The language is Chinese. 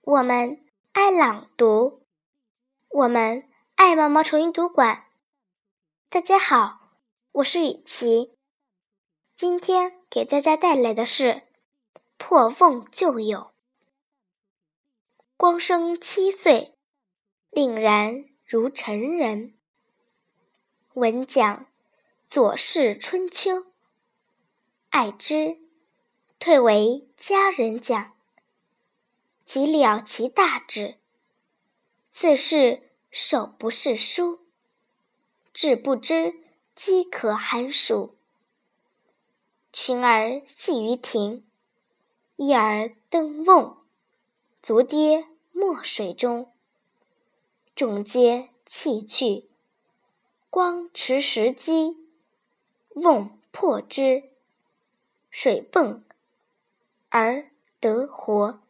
我们爱朗读，我们爱毛毛虫阅读馆。大家好，我是雨琪，今天给大家带来的是破瓮旧友。光生7岁，令然如成人。闻讲左氏春秋，爱之，退为家人讲。即了其大志，自是手不释书，志不知饥渴寒暑。群儿戏于庭，一儿登瓮，足跌没水中。众皆弃去，光持时机，瓮破之，水迸而得活。